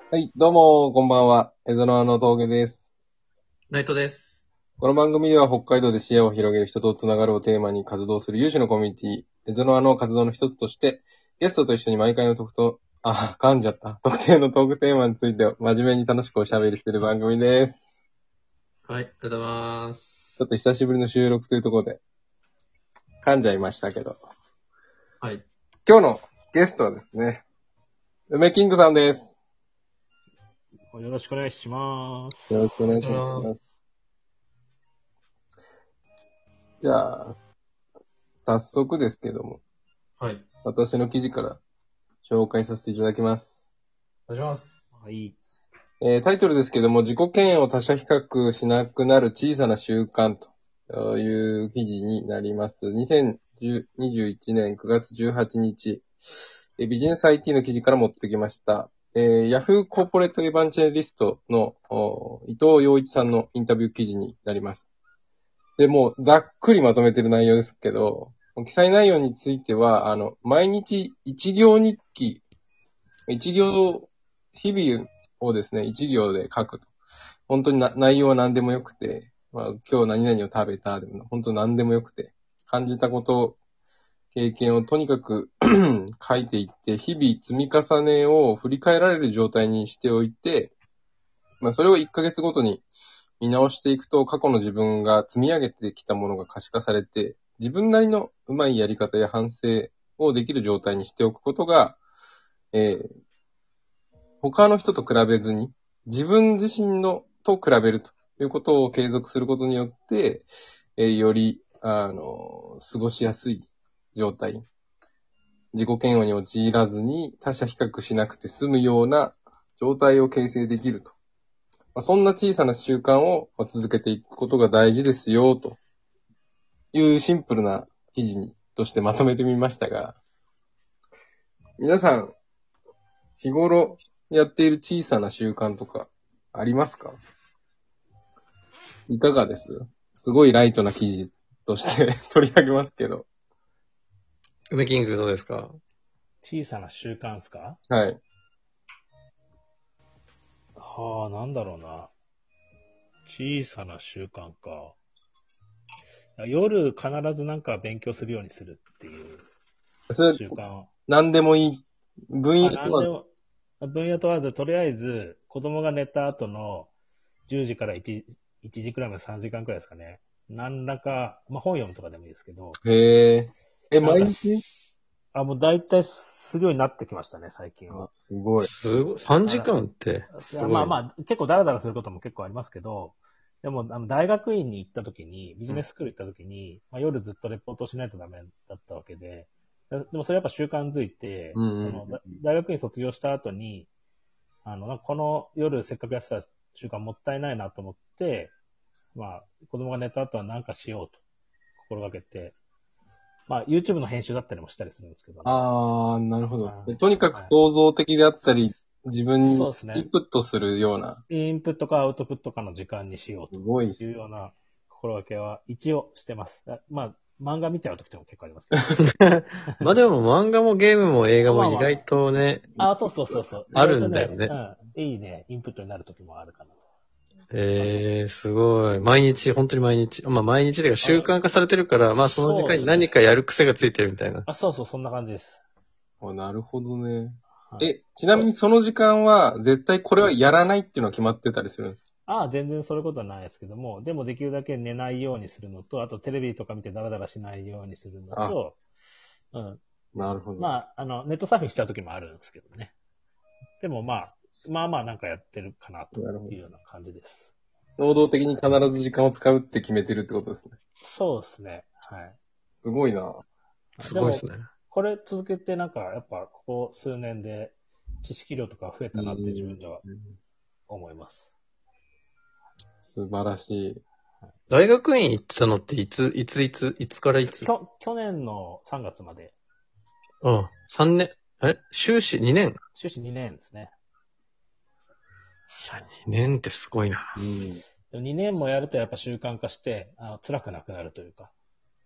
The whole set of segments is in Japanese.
はい、どうも、こんばんは。エゾノアの峠です。 ナイトです。 この番組では北海道で視野を広げる人とつながるをテーマに活動する有志のコミュニティ、エゾノアの活動の一つとして、ゲストと一緒に毎回の噛んじゃった。特定のトークテーマについて真面目に楽しくおしゃべりしている番組です。 はい、ありがとうございまちょっす。 と久しぶりの収録というところで、噛んじゃいましたけど。 はい。 今日のゲストはですね、梅キングさんです。 よろしくお願いしまよろしくおす。 願いしありがとうございます。 ます。じゃあ、早速ですけども、 はい。 私の記事から紹介させていただきます。 お願いします。 はい。 タイトルですけども、自己嫌悪を他者比較しなくなる小さな習慣という記事になります。2021年9月18日、ビジネス IT の記事から持ってきました。Yahoo コーポレートエヴァンチェリストの伊藤洋一さんのインタビュー記事になります。で、もうざっくりまとめてる内容ですけど、記載内容については、毎日一行日記、一行、日々をですね、一行で書くと。本当に内容は何でもよくて、今日何々を食べたでも、本当何でもよくて、感じたこと、経験をとにかく書いていって、日々積み重ねを振り返られる状態にしておいて、それを1ヶ月ごとに見直していくと、過去の自分が積み上げてきたものが可視化されて、自分なりのうまいやり方や反省をできる状態にしておくことが、えー他の人と比べずに、自分自身のと比べるということを継続することによって、より、過ごしやすい状態、自己嫌悪に陥らずに他者比較しなくて済むような状態を形成できると。そんな小さな習慣を続けていくことが大事ですよ、というシンプルな記事としてまとめてみましたが、皆さん、日頃やっている小さな習慣とかありますか？いかがです？すごいライトな記事として取り上げますけど。 梅キングどうですか？ 小さな習慣ですか？ はい。 なんだろうな。小さな習慣か。夜必ずなんか勉強するようにするっていうそれ、 習慣。 何でもいい。分野問わず。 なんでも、分野問わず、とりあえず子供が寝た後の10時から1時くらいまで3時間くらいですかね。何らか、本読むとかでもいいですけど、 へえ。 なんか毎日？ もう大体するようになってきましたね、最近は。 すごい。 すごい。3時間ってすごいね。 結構ダラダラすることも結構ありますけど、でも、大学院に行った時に、ビジネススクール行った時に、夜ずっとレポートをしないとダメだったわけで、でもそれやっぱ習慣づいて、 うんうん大学院卒業した後に、なんかこの夜せっかくやってた習慣もったいないなと思って、子供が寝た後は何かしようと心がけて、YouTube の編集だったりもしたりするんですけどね。 なるほど。 はとにかく構造的であったり、自分にそうですね。 インプットするような、 インプットかアウトプットかの時間にしようすごいっといす。 うような心がけは一応してます。漫画見ちゃう時とかも結構ありますけど。 まあでも漫画もゲームも映画も意外まあまとね、 そうそうそうそう。意ある外とね、 んだよね。 いいね、インプットになる時もあるかなと。 すごい。毎日、本当に毎日。毎日で習慣化されてるから、その時間に何かやる癖がついてるみたいな。 そうそう、そんな感じです。 なるほどね。 はい。 ちなみにその時間は絶対これはやらないっていうのは決まってたりするんですか？ 全然そういうことはないですけども、でもできるだけ寝ないようにするのと、あとテレビとか見てダラダラしないようにするのあ、 と、うん。 なるほど。 ネットサーフィンしちゃう時もあるんですけどね。でもなんかやってるかなとなるほど。 いうような感じです。 能動的に必ず時間を使うって決めてるってことですね。 そうですね。はい。 すごいな。 でも、 すごいですね。 これ続けてなんか、やっぱここ数年で知識量とか増えたなって自分では思います。 素晴らしい。 大学院行ってたのっていつからいつ？ 去年の3月まで、 うん。3年。修士2年？い修士2年ですね。 や、2年ってすごいな。 うん。 でも2年もやるとやっぱ習慣化して、辛くなくなるというか、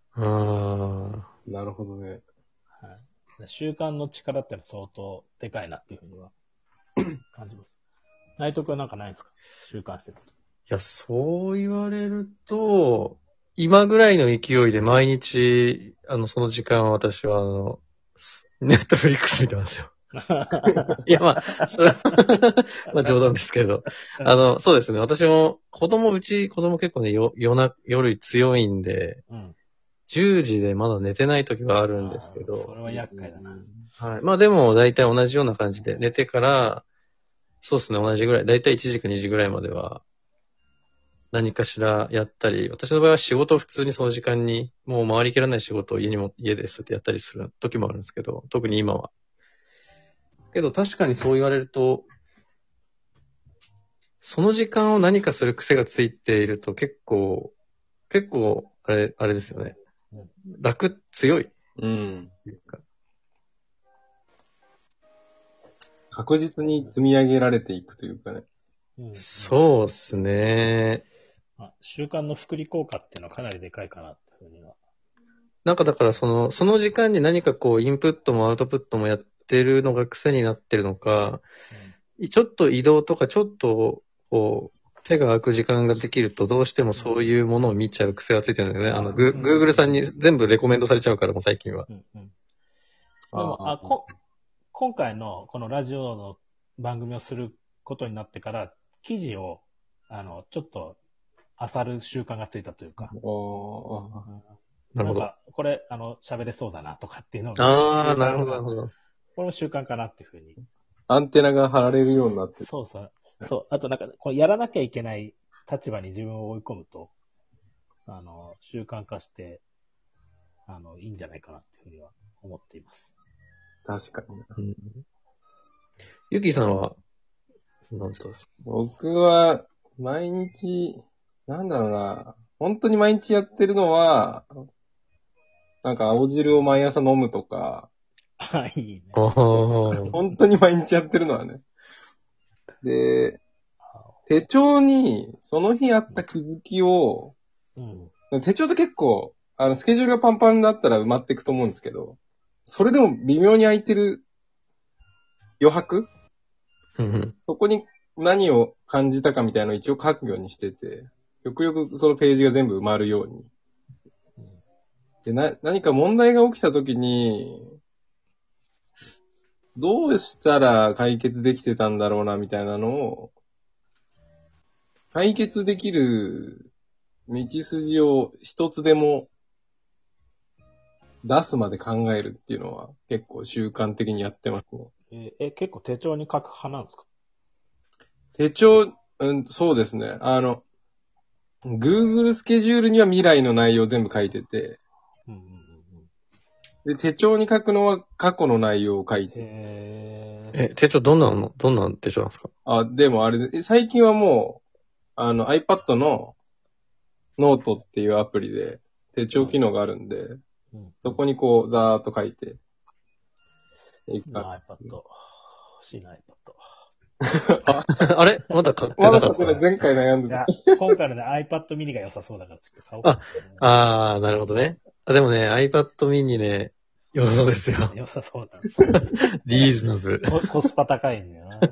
なるほどね。 はい。習慣の力ってのは相当でかいなっていうふうには感じます。 内藤くんはなんかないんですか？習慣してるこいや、そう言われると、今ぐらいの勢いで毎日、その時間私は、ネットフリックス見てますよ。 と。 いや、まあ、それはまあ冗談ですけど。そうですね。私も、子供結構ね、夜強いんで、 うん。 10時でまだ寝てない時があるんですけど、 それは厄介だな。 はい。まあでも、大体同じような感じで、寝てから、そうですね、同じぐらい、大体1時か2時ぐらいまでは、何かしらやったり、私の場合は仕事を普通にその時間に、もう回りきらない仕事を家でそうやってやったりする時もあるんですけど、特に今は。けど確かにそう言われると、その時間を何かする癖がついていると結構、あれですよね。強い。 うん。確実に積み上げられていくというかね。 うん。 そうっすね。 習慣の複利効果っていうのはかなりでかいかなっていうふうには。 なんかだからその時間に何かこうインプットもアウトプットもやってるのが癖になってるのか、ちょっと移動とかちょっとこう手が空く時間ができるとどうしてもそういうものを見ちゃう癖がついてるんだよね。Google さんに全部レコメンドされちゃうからもう最近は。 うんうん。でも、今回のこのラジオの番組をすることになってから、記事を、ちょっと、漁る習慣がついたというか。 なるほど。 なんか、これ、喋れそうだなとかっていうのを。 ああ、なるほど、なるほど。 これも習慣かなっていうふうに。 アンテナが張られるようになってる。 そうそう。そう。あとなんか、こうやらなきゃいけない立場に自分を追い込むと、習慣化して、いいんじゃないかなっていうふうには思っています。 確かに。 ゆきさんは、何ですか？ 僕は、毎日、なんだろうな。本当に毎日やってるのは、なんか青汁を毎朝飲むとか、 いいね。 本当に毎日やってるのはね。で、手帳にその日あった気づきを、手帳って結構、スケジュールがパンパンだったら埋まっていくと思うんですけど、それでも微妙に空いてる余白そこに何を感じたかみたいなのを一応書くようにしてて、極力そのページが全部埋まるように。で、何か問題が起きたときに、どうしたら解決できてたんだろうなみたいなのを、解決できる道筋を一つでも出すまで考えるっていうのは結構習慣的にやってますね。 結構手帳に書く派なんですか？ 手帳、そうですね。Google スケジュールには未来の内容全部書いてて、で、手帳に書くのは過去の内容を書いて。 手帳どんな手帳なんですか？ でもあれで、最近はもう、iPad のノートっていうアプリで手帳機能があるんで、そこにこう、ざーっと書いて。 iPad。欲しいな、iPad。 あれまだ買ってなかった。 前回悩んでた。 今回のね、iPad mini が良さそうだからちょっと買おうかな。なるほどね。でもね、iPad mini ね、良さそうですよ。 良さそうだ。 リーズナブル。 コスパ高いんだよな。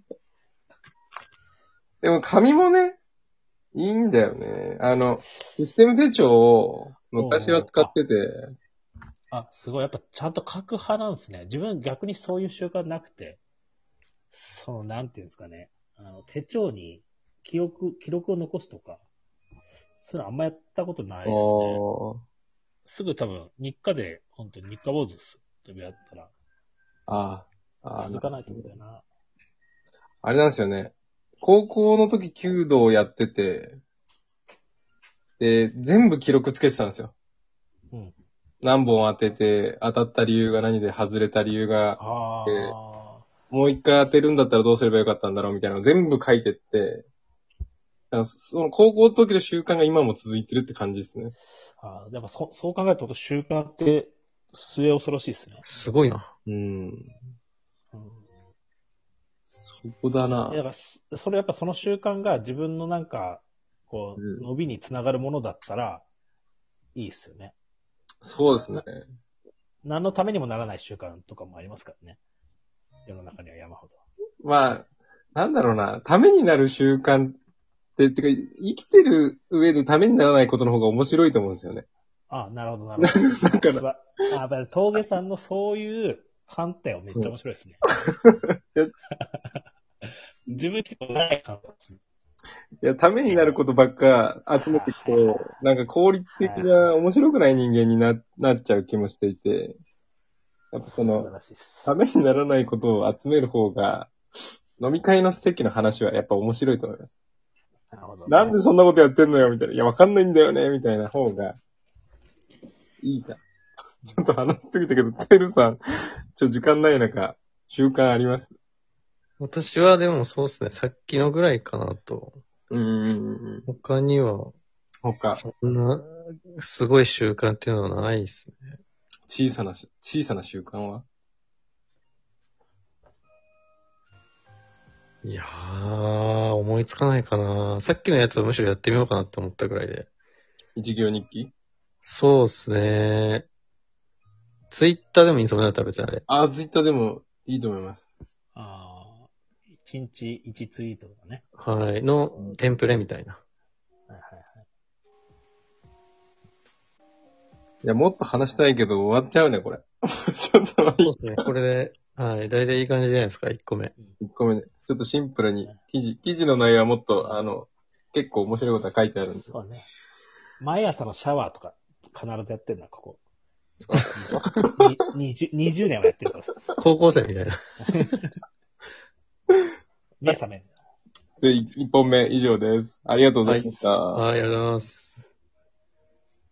でも紙もね、いいんだよね。システム手帳を昔は使ってて。 すごい。やっぱちゃんと書く派なんですね。自分逆にそういう習慣なくて、なんていうんですかね。手帳に記録を残すとか、それあんまやったことないですね。すぐ多分、日課で、本当に日課坊主とやったら、続かないと思うんだよな。 あれなんですよね。高校の時弓道をやってて、で、全部記録つけてたんですよ。何本当てて、当たった理由が何で外れた理由が、もう一回当てるんだったらどうすればよかったんだろうみたいなのを全部書いてって、その高校の時の習慣が今も続いてるって感じですね。 やっぱそう考えると習慣って末恐ろしいですね。 すごいな。 そこだな。 だからそれやっぱその習慣が自分のなんか、こう、伸びにつながるものだったら、いいっすよね。 そうですね。 何のためにもならない習慣とかもありますからね。世の中には山ほど。 まあ、 なんだろうな、ためになる習慣って、てか、生きてる上でためにならないことの方が面白いと思うんですよね。 あ、なるほど、なるほど。 だからあ、やっぱり峠さんのそういう観点はめっちゃ面白いですね。自分結構ない観点ですね。 いや、ためになることばっか集めていくと、なんか効率的な面白くない人間になっちゃう気もしていて、やっぱそ素晴の、 らしいです。 ためにならないことを集める方が、飲み会の席の話はやっぱ面白いと思います。 なるほど、ね。 なんでそんなことやってんのよみたいな。いや、わかんないんだよねみたいな方が、いいか。ちょっと話しすぎたけど、テルさん、時間ない中、習慣あります？ 私はでもそうですね、さっきのぐらいかなと。他には、 他、 そんな、すごい習慣っていうのはないですね。 小さな習慣は？ いやー、思いつかないかな。さっきのやつはむしろやってみようかなって思ったぐらいで。 一行日記？ そうですね。ツイッターでもいいんですよね、食べてあれ。 あ、ツイッターでもいいと思います。 ああ、1日1ツイートとかね。 はい。の、テンプレみたいな。 はいはいはい。 いや、もっと話したいけど終わっちゃうね、これ。ちょっとそうですね。これで、はい。大体いい感じじゃないですか、1個目。 1個目ね。ちょっとシンプルに、記事の内容はもっと、結構面白いことが書いてあるんで。 そうね。毎朝のシャワーとか必ずやってるな、ここ。20年はやってるからさ。 高校生みたいな。 目覚める。 で、1本目以上です。ありがとうございました。 はい、ありがとうございます。